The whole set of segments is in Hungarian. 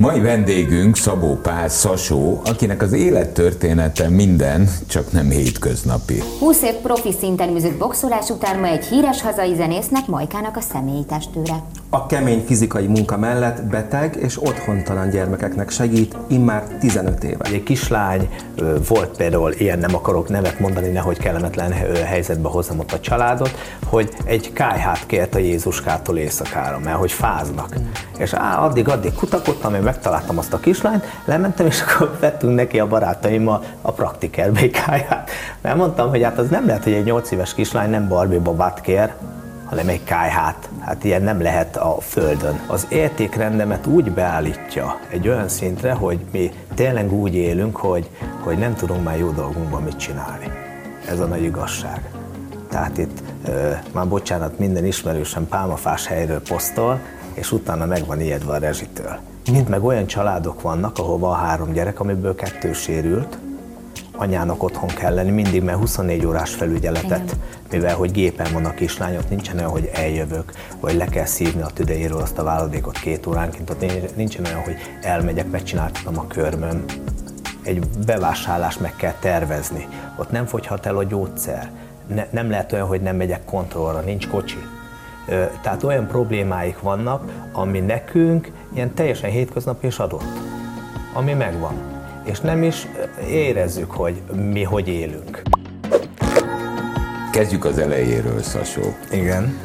Mai vendégünk Szabó Pál Sasó, akinek az élettörténete minden, csak nem hétköznapi. 20 év profi szinten műzött boxolás után ma egy híres hazai zenésznek, Majkának a személyi testőre. A kemény fizikai munka mellett beteg és otthontalan gyermekeknek segít immár 15 éve. Egy kislány volt például, ilyen nem akarok nevet mondani, nehogy kellemetlen helyzetbe hozzam ott a családot, hogy egy kályhát kért a Jézuskától éjszakára, mert hogy fáznak. És addig kutakodtam, én megtaláltam azt a kislányt, lementem, és akkor vettünk neki a barátaimmal a praktikerbe egy kályhát. Mert mondtam, hogy hát az nem lehet, hogy egy 8 éves kislány nem Barbie babát kér, hanem egy kályhát. Hát ilyen nem lehet a Földön. Az értékrendemet úgy beállítja egy olyan szintre, hogy mi tényleg úgy élünk, hogy nem tudunk már jó dolgunkban mit csinálni. Ez a nagy igazság. Tehát itt már bocsánat, minden ismerősen pálmafás helyről posztol, és utána meg van ijedve a rezsitől. Mint meg olyan családok vannak, ahol van 3 gyerek, amiből 2 sérült, anyának otthon kell lenni mindig, mert 24 órás felügyeletet, mivel hogy gépen van a kislány, ott nincsen olyan, hogy eljövök, vagy le kell szívni a tüdejéről azt a váladékot 2 óránként, ott nincsen olyan, hogy elmegyek, megcsináltatom a körmöm. Egy bevásárlást meg kell tervezni, ott nem fogyhat el a gyógyszer, nem lehet olyan, hogy nem megyek kontrollra, nincs kocsi. Tehát olyan problémáik vannak, ami nekünk ilyen teljesen hétköznapi és adott, ami megvan. És nem is érezzük, hogy mi hogy élünk. Kezdjük az elejéről, Sasó. Igen.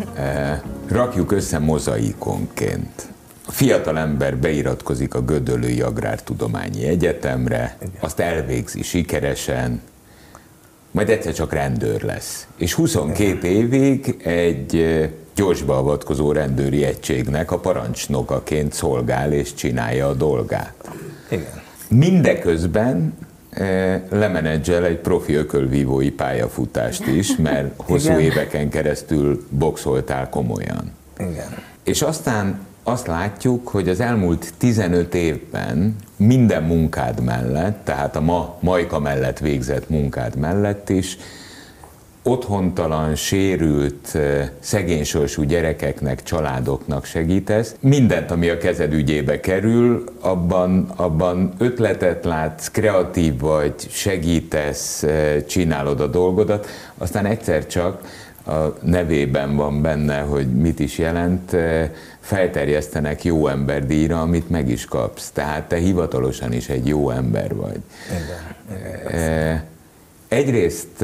Rakjuk össze mozaikonként. A fiatalember beiratkozik a Gödöllői Agrártudományi Egyetemre, igen, azt elvégzi sikeresen, majd egyszer csak rendőr lesz. És 22 évig egy gyorsbeavatkozó rendőri egységnek a parancsnokaként szolgál és csinálja a dolgát. Igen. Mindeközben lemenedzsel egy profi ökölvívói pályafutást is, mert hosszú éveken keresztül boxoltál komolyan. Igen. És aztán azt látjuk, hogy az elmúlt 15 évben minden munkád mellett, tehát a Majka mellett végzett munkád mellett is otthontalan, sérült, szegénysorsú gyerekeknek, családoknak segítesz. Mindent, ami a kezed ügyébe kerül, abban ötletet látsz, kreatív vagy, segítesz, csinálod a dolgodat, aztán egyszer csak a nevében van benne, hogy mit is jelent, felterjesztenek jó ember díjra, amit meg is kapsz. Tehát te hivatalosan is egy jó ember vagy. Igen. Egyrészt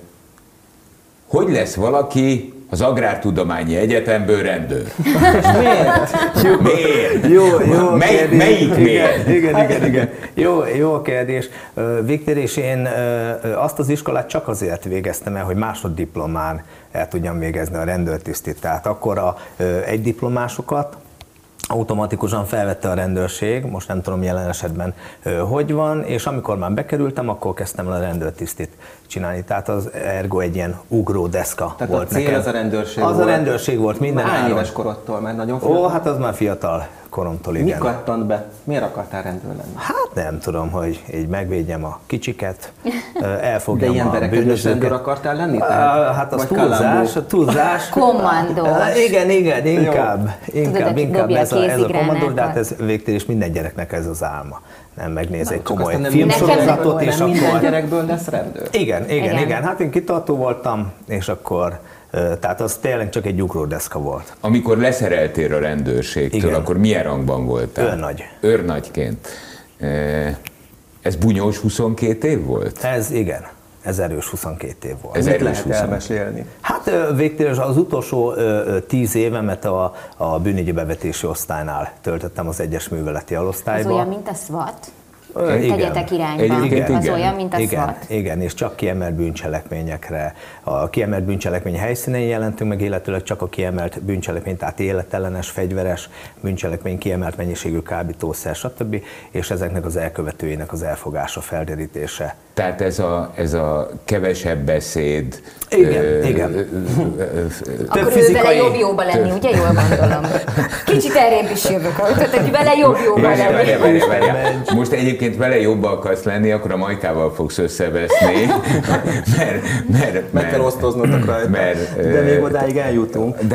hogy lesz valaki az Agrártudományi Egyetemből rendőr? Miért? Miért? Jó Melyik miért? Igen. Jó a kérdés. Viktor, és én azt az iskolát csak azért végeztem el, hogy másoddiplomán el tudjam végezni a rendőrtisztit. Tehát akkor a egydiplomásokat automatikusan felvette a rendőrség, most nem tudom jelen esetben hogy van, és amikor már bekerültem, akkor kezdtem el a rendőrtisztit csinálni. Tehát az ergo egy ilyen ugródeszka tehát volt a cél nekem. az a rendőrség az volt. A rendőrség volt minden Hány áron. éves korodtól? Már nagyon fiatal? Ó, hát az már fiatal koromtól, igen. Mi kattant be? Miért akartál rendőr lenni? Hát nem tudom, hogy így megvédjem a kicsiket, elfogjam de ilyen a verekedős rendőr bűnözőket. akartál lenni? Hát az túlzás. Kommandós. Igen, inkább dobja ez a kézigránátot. kommandós, de hát ez végtére is minden gyereknek ez az álma. Nem megnéz egy Csak komoly aztán nem filmsorozatot, és nem minden akkor... gyerekből lesz rendőr. Igen. Hát én kitartó voltam, és akkor... Tehát az tényleg csak egy ugródeszka volt. Amikor leszereltél a rendőrségtől, igen, akkor milyen rangban voltál? Őrnagy. Őrnagyként. Ez bunyós 22 év volt? Ez erős 22 év volt. Ez Mit erős lehet 22. elmesélni? Hát végtére az utolsó 10 évemet a bűnügyi bevetési osztálynál töltöttem az egyes műveleti Az alosztályba. olyan, mint a SWAT? Igen. Tegyetek irányba. Egyébként Az igen. olyan, mint a SWAT. Igen, és csak kiemelt bűncselekményekre. A kiemelt bűncselekmény helyszínein jelentünk meg, illetőleg csak a kiemelt bűncselekmény, tehát életellenes, fegyveres bűncselekmény, kiemelt mennyiségű kábítószer, stb. És ezeknek az elkövetőinek az elfogása, felderítése. Tehát ez a kevesebb beszéd... Igen. Akkor ő vele jobb jóba lenni, ugye? Jól gondolom. Kicsit errébb is jövök, hogy vele jobb jóba lenni. Várjál. Most egyébként vele jobban akarsz lenni, akkor a Majkával fogsz összeveszni, mert Meg kell osztoznotok rajta. De még odáig eljutunk. De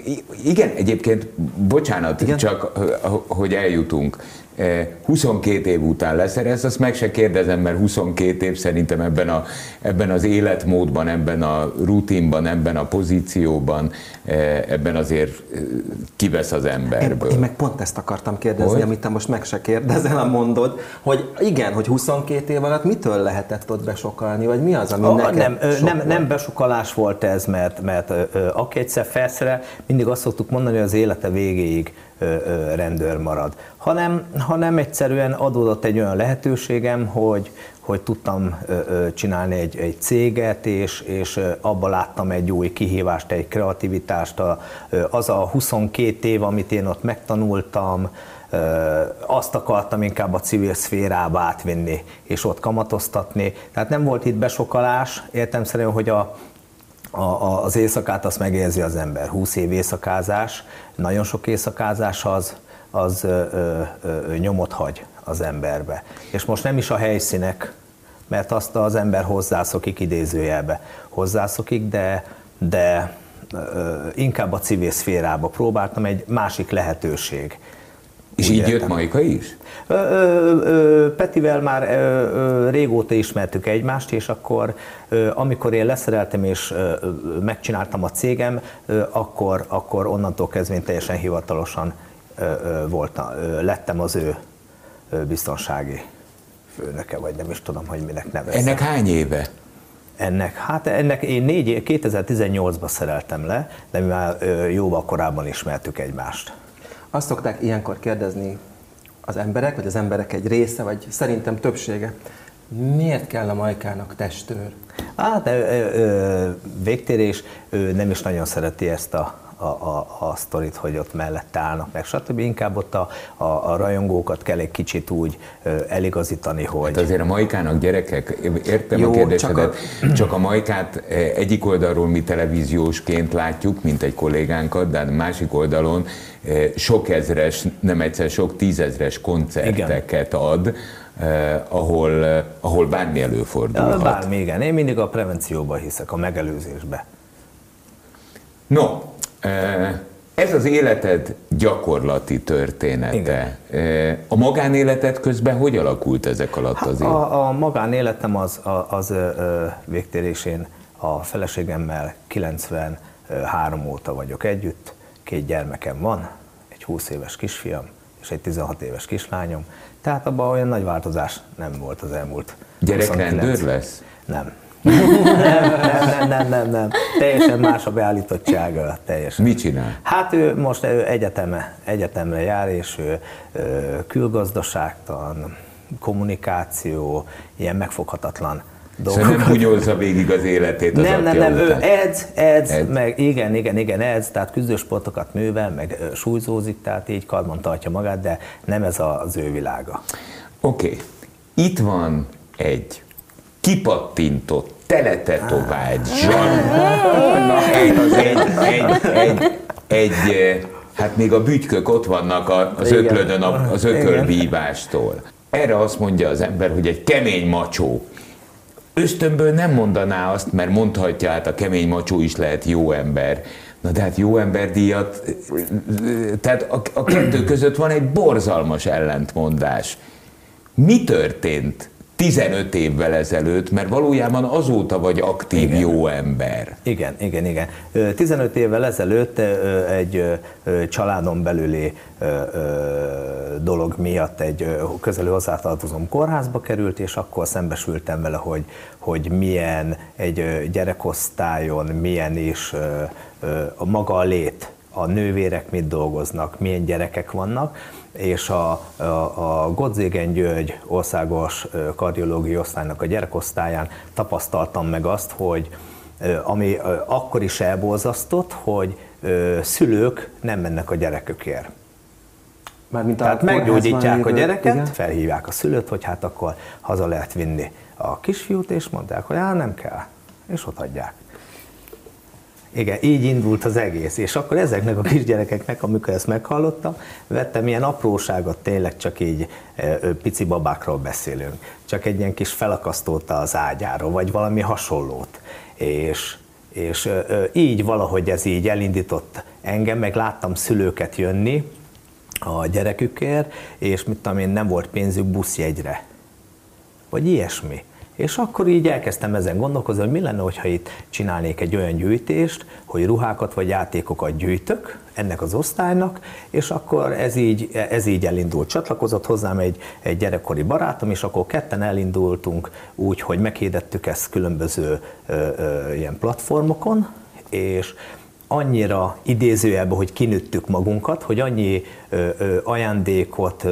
Igen, egyébként, bocsánat, igen? Csak hogy eljutunk. 22 év után leszerez, azt meg se kérdezem, mert 22 év szerintem ebben az életmódban, ebben a rutinban, ebben a pozícióban, ebben azért kivesz az emberből. Én meg pont ezt akartam kérdezni, amit te most meg se kérdezel, mondod, hogy igen, hogy 22 év alatt mitől lehetett ott besokalni, vagy mi az, ami nem besokalás volt ez, mert aki egyszer felszerel, mindig azt szoktuk mondani, hogy az élete végéig rendőr marad, hanem egyszerűen adódott egy olyan lehetőségem, hogy tudtam csinálni egy céget, és abban láttam egy új kihívást, egy kreativitást. Az a 22 év, amit én ott megtanultam, azt akartam inkább a civil szférába átvinni, és ott kamatoztatni. Tehát nem volt itt besokalás, értelemszerűen, hogy az éjszakát azt megérzi az ember. 20 év éjszakázás, nagyon sok éjszakázás az nyomot hagy az emberbe. És most nem is a helyszínek, mert azt az ember hozzászokik, idézőjelbe hozzászokik, de inkább a civil szférába próbáltam, egy másik lehetőség. És így jött Majka is? Petivel már régóta ismertük egymást, és akkor, amikor én leszereltem és megcsináltam a cégem, akkor onnantól kezdve teljesen hivatalosan lettem az ő biztonsági főnöke, vagy nem is tudom, hogy minek nevezzem. Ennek hány éve? Ennek én 2018-ban szereltem le, de mi már jóval korábban ismertük egymást. Azt szokták ilyenkor kérdezni az emberek, vagy az emberek egy része, vagy szerintem többsége, miért kell a Majkának testőr? Végtérés, ő nem is nagyon szereti ezt a sztorit, hogy ott mellette állnak meg, stb. Inkább ott a rajongókat kell egy kicsit úgy eligazítani, hogy... Hát azért a Majkának, gyerekek, értem a kérdésedet, csak a Majkát egyik oldalról mi televíziósként látjuk, mint egy kollégánkat, de a másik oldalon sok ezres, nem egyszer sok tízezres koncerteket ad, ahol bármi előfordulhat. Bármi, igen. Én mindig a prevencióban hiszek, a megelőzésbe. No, ez az életed gyakorlati története. Igen. A magánéleted közben hogy alakult ezek alatt az év? A magánéletem az végtérésén a feleségemmel 93 óta vagyok együtt, 2 gyermekem van, egy 20 éves kisfiam és egy 16 éves kislányom, tehát abban olyan nagy változás nem volt az elmúlt. Gyerekrendőr lesz? Nem. Nem. Teljesen más a beállítottsága. Teljesen. Mit csinál? Hát ő most egyetemre jár, és ő külgazdaságtan, kommunikáció, ilyen megfoghatatlan dolgokat. Szóval nem bunyózza végig az életét az Nem, ő edz, meg igen, edz, tehát küzdősportokat művel, meg súlyzózik, tehát így karban tartja magát, de nem ez az ő világa. Oké. Itt van egy kipattintott, teletetovált hát még a bütykök ott vannak az öklödön, az ökölvívástól. Erre azt mondja az ember, hogy egy kemény macsó. Ösztönből nem mondaná azt, mert mondhatja, hát a kemény macsó is lehet jó ember. Na de hát jó emberdíjat, tehát a kettő között van egy borzalmas ellentmondás. Mi történt 15 évvel ezelőtt, mert valójában azóta vagy aktív jó ember. Igen. 15 évvel ezelőtt egy családon belüli dolog miatt egy közeli hozzátartozóm kórházba került, és akkor szembesültem vele, hogy milyen egy gyerekosztályon, milyen is a maga a lét, a nővérek mit dolgoznak, milyen gyerekek vannak, és a Godzégen György országos kardiológiai osztálynak a gyerekosztályán tapasztaltam meg azt, hogy ami akkor is elborzasztott, hogy szülők nem mennek a gyerekükért. Tehát meggyógyítják a gyereket, igen? Felhívják a szülőt, hogy hát akkor haza lehet vinni a kisfiút, és mondták, hogy nem kell, és ott hagyják. Igen, így indult az egész, és akkor ezeknek a kisgyerekeknek, amikor ezt meghallottam, vettem ilyen apróságot, tényleg csak így pici babákról beszélünk, csak egy ilyen kis felakasztóta az ágyáról, vagy valami hasonlót, És így valahogy ez így elindított engem, meg láttam szülőket jönni a gyerekükért, és mit tudom én, nem volt pénzük buszjegyre, vagy ilyesmi. És akkor így elkezdtem ezen gondolkozni, hogy mi lenne, hogyha itt csinálnék egy olyan gyűjtést, hogy ruhákat vagy játékokat gyűjtök ennek az osztálynak, és akkor ez így elindult. Csatlakozott hozzám egy gyerekkori barátom, és akkor ketten elindultunk úgy, hogy meghirdettük ezt különböző ilyen platformokon, és annyira idézőjelben, hogy kinőttük magunkat, hogy annyi ajándékot,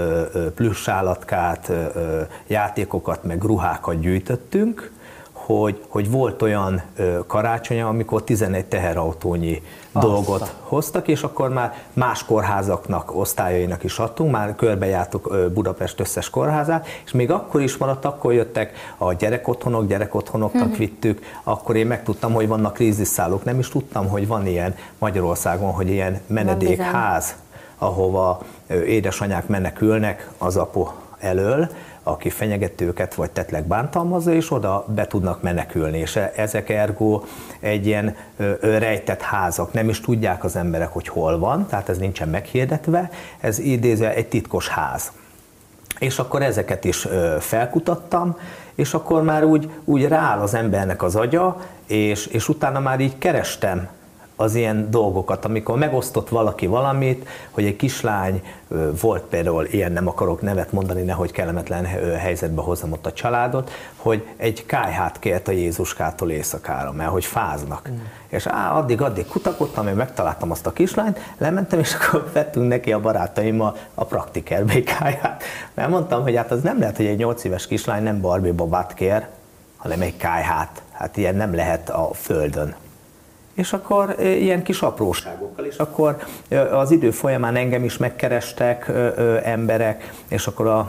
plüssállatkát, játékokat, meg ruhákat gyűjtöttünk, hogy volt olyan karácsonya, amikor 11 teherautónyi dolgot hoztak, és akkor már más kórházaknak, osztályainak is adtunk, már körbejártuk Budapest összes kórházát, és még akkor is maradt, akkor jöttek a gyerekotthonoknak vittük, akkor én megtudtam, hogy vannak krízisszállók, nem is tudtam, hogy van ilyen Magyarországon, hogy ilyen menedékház, ahova édesanyák menekülnek az apu elől, aki fenyegeti őket, vagy tetleg bántalmazza, és oda be tudnak menekülni. És ezek ergo egy ilyen rejtett házak, nem is tudják az emberek, hogy hol van, tehát ez nincsen meghirdetve, ez idézve egy titkos ház. És akkor ezeket is felkutattam, és akkor már úgy rááll az embernek az agya, és utána már így kerestem az ilyen dolgokat, amikor megosztott valaki valamit, hogy egy kislány, volt például ilyen, nem akarok nevet mondani, nehogy kellemetlen helyzetbe hozzam ott a családot, hogy egy kályhát kért a Jézuskától éjszakára, mert hogy fáznak. És addig kutakodtam, én megtaláltam azt a kislányt, lementem, és akkor vettünk neki a barátaimmal a praktikerbe egy kályhát. Mert mondtam, hogy hát az nem lehet, hogy egy 8 éves kislány nem Barbie babát kér, hanem egy kályhát. Hát ilyen nem lehet a földön. És akkor ilyen kis apróságokkal, és akkor az idő folyamán engem is megkerestek emberek, és akkor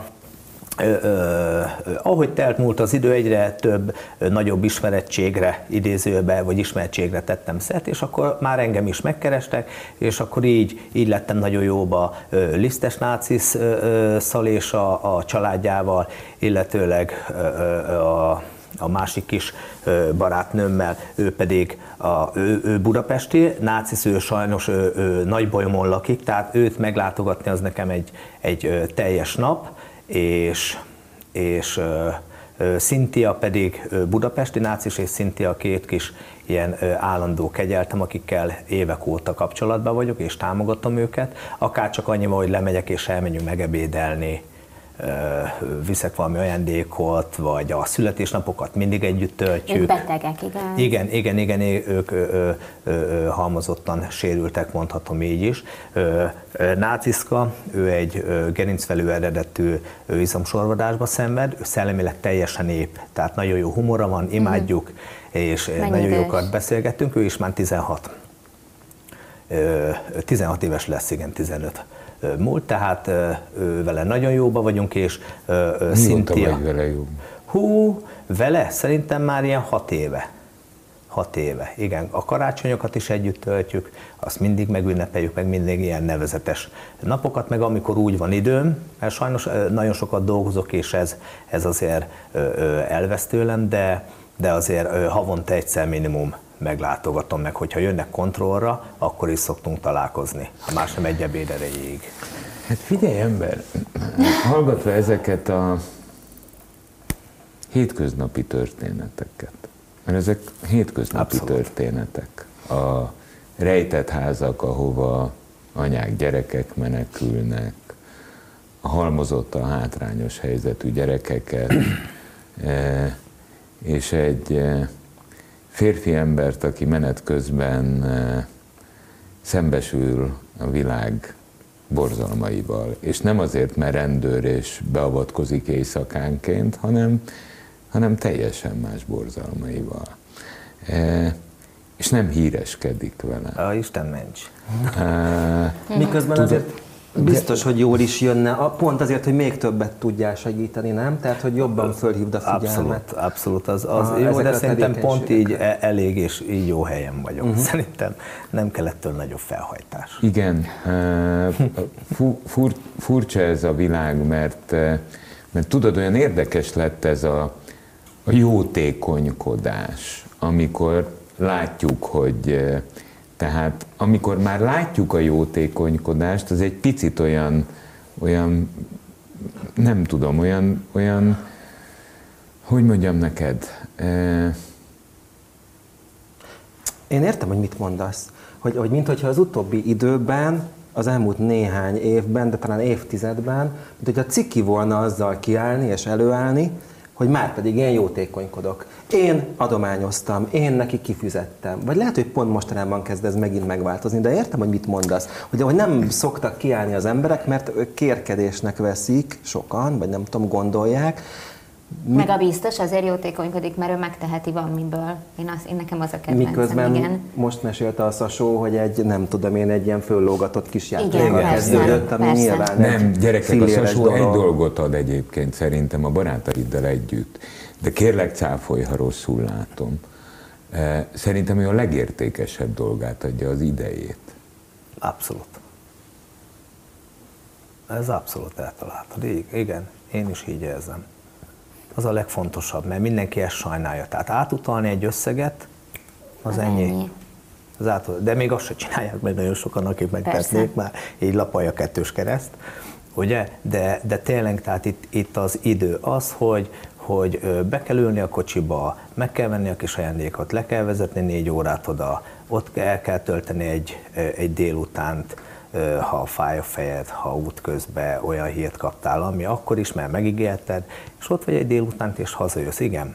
ahogy telt múlt az idő, egyre több nagyobb ismerettségre, idézőbe, vagy ismerettségre tettem szert, és akkor már engem is megkerestek, és akkor így lettem nagyon jóba Lisztes Nácisszal és a családjával, illetőleg a másik kis barátnőmmel, ő pedig ő budapesti, Nácisz, ő sajnos Nagybolyomon lakik, tehát őt meglátogatni az nekem egy teljes nap, és Szintia pedig budapesti, Nácisz és Szintia két kis ilyen állandó kegyeltem, akikkel évek óta kapcsolatban vagyok, és támogatom őket, akár csak annyival, hogy lemegyek és elmenjünk megebédelni, viszek valami ajándékot, vagy a születésnapokat mindig együtt töltjük. Ők betegek, igen? Igen, ők halmozottan sérültek, mondhatom így is. Náciszka, ő egy gerincvelő eredetű izomsorvadásba szenved, ő szellemileg teljesen épp, tehát nagyon jó humora van, imádjuk, és nagyon jókat beszélgettünk, ő is már 16 éves lesz, igen, 15 múlt, tehát vele nagyon jóba vagyunk, és Szintia. Vagy vele jó? Vele szerintem már ilyen 6 éve. 6 éve, igen. A karácsonyokat is együtt töltjük, azt mindig megünnepeljük, meg mindig ilyen nevezetes napokat, meg amikor úgy van időm, mert sajnos nagyon sokat dolgozok, és ez azért elvesz tőlem, de azért havonta egyszer minimum meglátogatom meg, hogyha jönnek kontrollra, akkor is szoktunk találkozni, ha más nem egy ebéd erejéig. Hát figyelj ember, hallgatva ezeket a hétköznapi történeteket, mert ezek hétköznapi történetek, a rejtett házak, ahova anyák, gyerekek menekülnek, a halmozottan hátrányos helyzetű gyerekeket, és egy férfi embert, aki menet közben szembesül a világ borzalmaival, és nem azért, mert rendőr és beavatkozik éjszakánként, hanem teljesen más borzalmaival. És nem híreskedik vele. Isten ments. Miközben azért biztos, hogy jól is jönne, pont azért, hogy még többet tudjál segíteni, nem? Tehát, hogy jobban fölhívd a figyelmet. Abszolút, az jó, de szerintem pont így elég és így jó helyen vagyok. Szerintem nem kell ettől nagyobb felhajtás. Igen, furcsa ez a világ, mert tudod, olyan érdekes lett ez a jótékonykodás, amikor látjuk, hogy tehát amikor már látjuk a jótékonykodást, az egy picit olyan nem tudom, olyan hogy mondjam neked? Én értem, hogy mit mondasz. Hogy minthogyha az utóbbi időben, az elmúlt néhány évben, de talán évtizedben, mint hogyha ciki volna azzal kiállni és előállni, hogy már pedig én jótékonykodok. Én adományoztam, én neki kifizettem. Vagy lehet, hogy pont mostanában kezd ez megint megváltozni, de értem, hogy mit mondasz. Hogy nem szoktak kiállni az emberek, mert kérkedésnek veszik sokan, vagy nem tudom, gondolják. Meg a biztos azért jótékonykodik, mert ő megteheti valamiből. Én nekem az a kedvencem, miközben igen. most mesélte a Sasó, hogy egy ilyen föllógatott kis játékkal kezdődött, ami nyilván nem, gyerekek, a Sasó dolog. egy dolgot ad egyébként szerintem a barátaiddal együtt, de kérlek cáfolj, ha rosszul látom. Szerintem ő a legértékesebb dolgát adja, az idejét. Abszolút. Ez abszolút eltaláltad. Igen, én is így érzem. Az a legfontosabb, mert mindenki ezt sajnálja. Tehát átutalni egy összeget, az ennyi. De még azt se csinálják meg nagyon sokan, akik megtették már, így lapalja kettős kereszt, ugye? De tényleg, tehát itt az idő az, hogy be kell ülni a kocsiba, meg kell venni a kis ajándékot, le kell vezetni 4 órát oda, ott el kell tölteni egy délutánt, ha fáj a fejed, ha útközben olyan hírt kaptál, ami akkor is, mert megígérted, és ott vagy egy délutánt, és hazajössz, igen?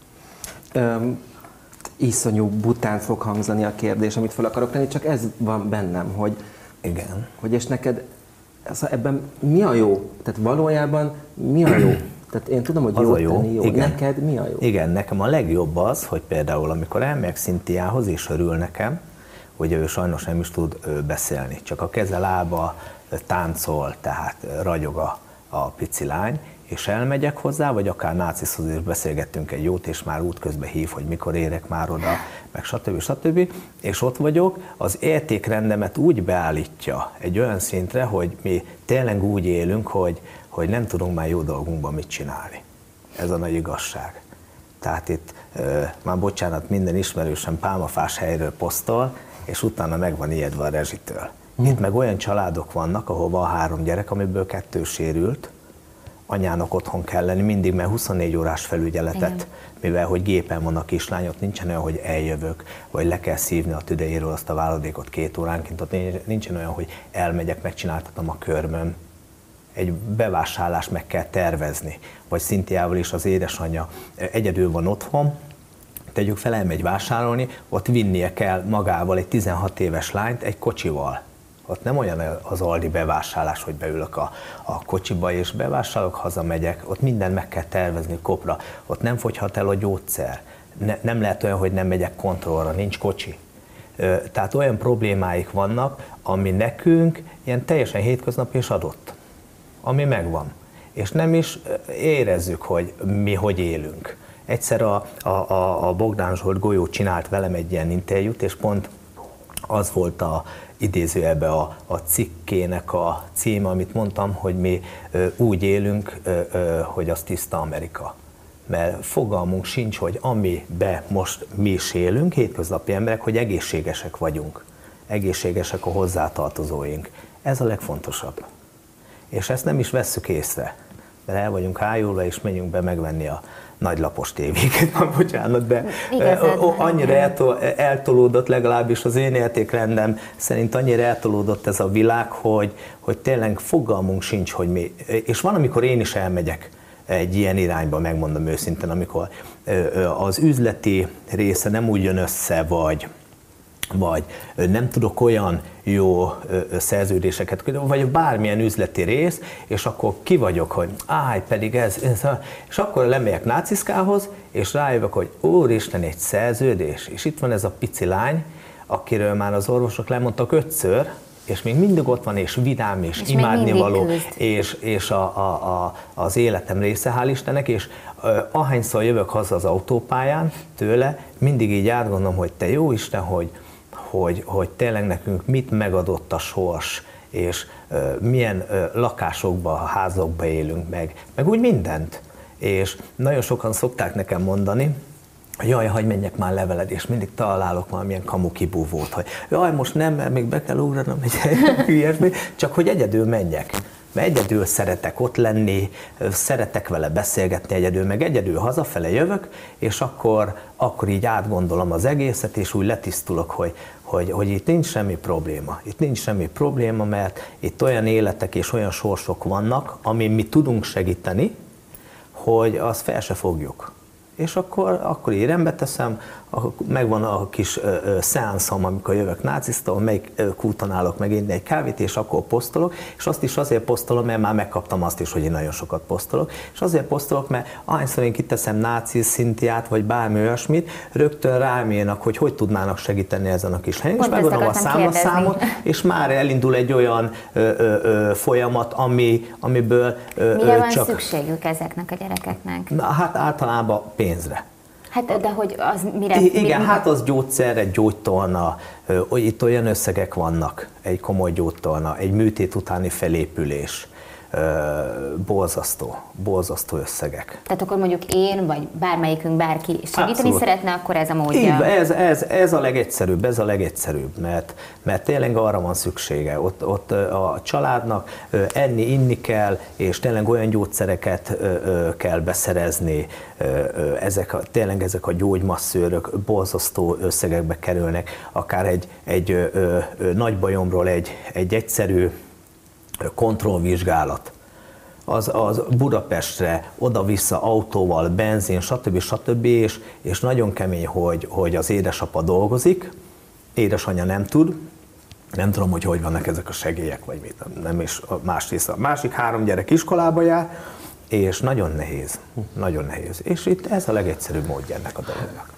Iszonyú bután fog hangzani a kérdés, amit fel akarok tenni, csak ez van bennem, hogy, igen. Hogy és neked ebben mi a jó? Tehát valójában mi a jó? Tehát én tudom, hogy jó tenni jó. Igen. Neked mi a jó? Igen, nekem a legjobb az, hogy például amikor elmegyek Szintiához, és örül nekem, hogy ő sajnos nem is tud beszélni, csak a keze, lába táncol, tehát ragyog a pici lány, és elmegyek hozzá, vagy akár náciszhoz is beszélgettünk egy jót, és már útközben hív, hogy mikor érek már oda, meg stb. És ott vagyok, az értékrendemet úgy beállítja egy olyan szintre, hogy mi tényleg úgy élünk, hogy nem tudunk már jó dolgunkban mit csinálni. Ez a nagy igazság. Tehát itt már bocsánat, minden ismerősen pálmafás helyről posztol, és utána meg van ijedve a rezsitől. Itt meg olyan családok vannak, ahol van 3 gyerek, amiből 2 sérült, anyának otthon kell lenni mindig, mert 24 órás felügyeletet, igen. Mivel hogy gépen van a kislány, ott nincsen olyan, hogy eljövök, vagy le kell szívni a tüdejéről azt a váladékot 2 óránként, ott nincsen olyan, hogy elmegyek, megcsináltatom a körmöm. Egy bevásárlást meg kell tervezni, vagy Szintiával is az édesanyja egyedül van otthon, tegyük fel, elmegy vásárolni, ott vinnie kell magával egy 16 éves lányt egy kocsival. Ott nem olyan az Aldi bevásárlás, hogy beülök a kocsiba és bevásárolok, hazamegyek, ott mindent meg kell tervezni kopra, ott nem fogyhat el a gyógyszer, nem lehet olyan, hogy nem megyek kontrollra, nincs kocsi. Tehát olyan problémáik vannak, ami nekünk ilyen teljesen hétköznapi és adott, ami megvan. És nem is érezzük, hogy mi hogy élünk. Egyszer a Bogdán Zsolt Golyó csinált velem egy ilyen interjút, és pont az volt idézőjelben a cikkének a címe, amit mondtam, hogy mi úgy élünk, hogy az tiszta Amerika. Mert fogalmunk sincs, hogy amiben most mi is élünk, hétköznapi emberek, hogy egészségesek vagyunk. Egészségesek a hozzátartozóink. Ez a legfontosabb. És ezt nem is vesszük észre. Mert el vagyunk hájulva, és menjünk be megvenni a nagylapos tévéket, bocsánat, de annyira eltolódott, legalábbis az én értékrendem szerint annyira eltolódott ez a világ, hogy tényleg fogalmunk sincs, hogy mi. És van, amikor én is elmegyek egy ilyen irányba, megmondom őszintén, amikor az üzleti része nem úgy jön össze, vagy nem tudok olyan jó szerződéseket, vagy bármilyen üzleti rész, és akkor ki vagyok, hogy pedig ez, és akkor lemegyek náciszkához, és rájövök, hogy úristen, egy szerződés, és itt van ez a pici lány, akiről már az orvosok lemondtak 5-ször, és még mindig ott van, és vidám, és imádnivaló, és az életem része, hál' Istennek, és ahányszor jövök haza az autópályán tőle, mindig így átgondolom, hogy te jó Isten, hogy tényleg nekünk mit megadott a sors, és milyen lakásokba, házakba élünk meg úgy mindent. És nagyon sokan szokták nekem mondani, jaj, hagyj menjek már leveled, és mindig találok valamilyen kamukibúvót, hogy jaj, most nem, mert még be kell ugranom egy ilyesmi, csak hogy egyedül menjek. Mert egyedül szeretek ott lenni, szeretek vele beszélgetni egyedül, meg egyedül hazafele jövök, és akkor így átgondolom az egészet, és úgy letisztulok, hogy itt nincs semmi probléma. Itt nincs semmi probléma, mert itt olyan életek és olyan sorsok vannak, amin mi tudunk segíteni, hogy azt fel se fogjuk. És akkor így rendbe teszem, megvan a kis szeánszom, amikor jövök nácisztól, melyik kúton állok meg inni egy kávét, és akkor posztolok, és azt is azért posztolom, mert már megkaptam azt is, hogy én nagyon sokat posztolok, és azért posztolok, mert ahányszor én kiteszem náci Szintiát, vagy bármi olyasmit, rögtön rám jönnek, hogy tudnának segíteni ezen a kis helyen, és megadom a számlaszámot, és már elindul egy olyan folyamat, amiből mire van szükségük ezeknek a gyerekeknek? Hát általában pénzre. Hát, de hogy az mire? Igen, hát az gyógyszer, egy gyógytorna, itt olyan összegek vannak, egy komoly gyógytorna, egy műtét utáni felépülés, borzasztó összegek. Tehát akkor mondjuk én, vagy bármelyikünk, bárki segíteni Abszolút. Szeretne, akkor ez a módja? Így, ez a legegyszerűbb, mert tényleg arra van szüksége. Ott a családnak enni-inni kell, és tényleg olyan gyógyszereket kell beszerezni, tényleg ezek a gyógymasszőrök borzasztó összegekbe kerülnek, akár egy nagy bajomról egy egyszerű kontrollvizsgálat, az Budapestre, oda-vissza autóval, benzin, stb. És nagyon kemény, hogy az édesapa dolgozik, édesanyja nem tud, nem tudom, hogy vannak ezek a segélyek, vagy mit, nem is a másik 3 gyerek iskolába jár, és nagyon nehéz. És itt ez a legegyszerűbb módja ennek a dolognak.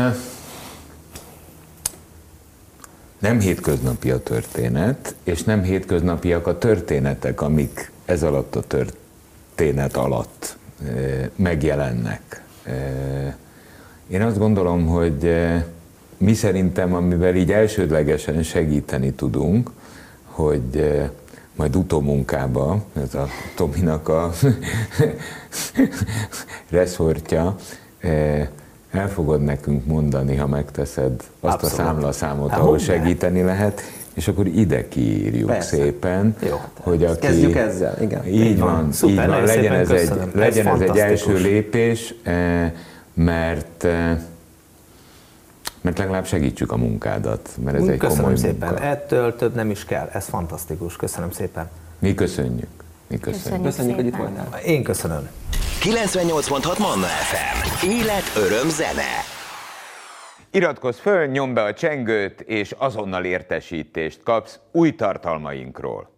Nem hétköznapi a történet, és nem hétköznapiak a történetek, amik ez alatt a történet alatt megjelennek. Én azt gondolom, hogy mi szerintem, amivel így elsődlegesen segíteni tudunk, hogy majd utómunkába, ez a Tominak a reszortja, el fogod nekünk mondani, ha megteszed azt Abszolút. A számlaszámot, ahol segíteni lehet, és akkor ide kiírjuk szépen, jó, hogy aki... Kezdjük ezzel, igen. Így van, Szuper, így van. Legyen ez egy első lépés, mert legalább segítsük a munkádat, mert ez egy komoly szépen. munka. Ettől több nem is kell, ez fantasztikus, köszönöm szépen. Mi köszönjük. Köszönjük, hogy itt voltál. Én köszönöm. 98.6 Manna FM. Élet, öröm, zene. Iratkozz föl, nyomd be a csengőt, és azonnal értesítést kapsz új tartalmainkról.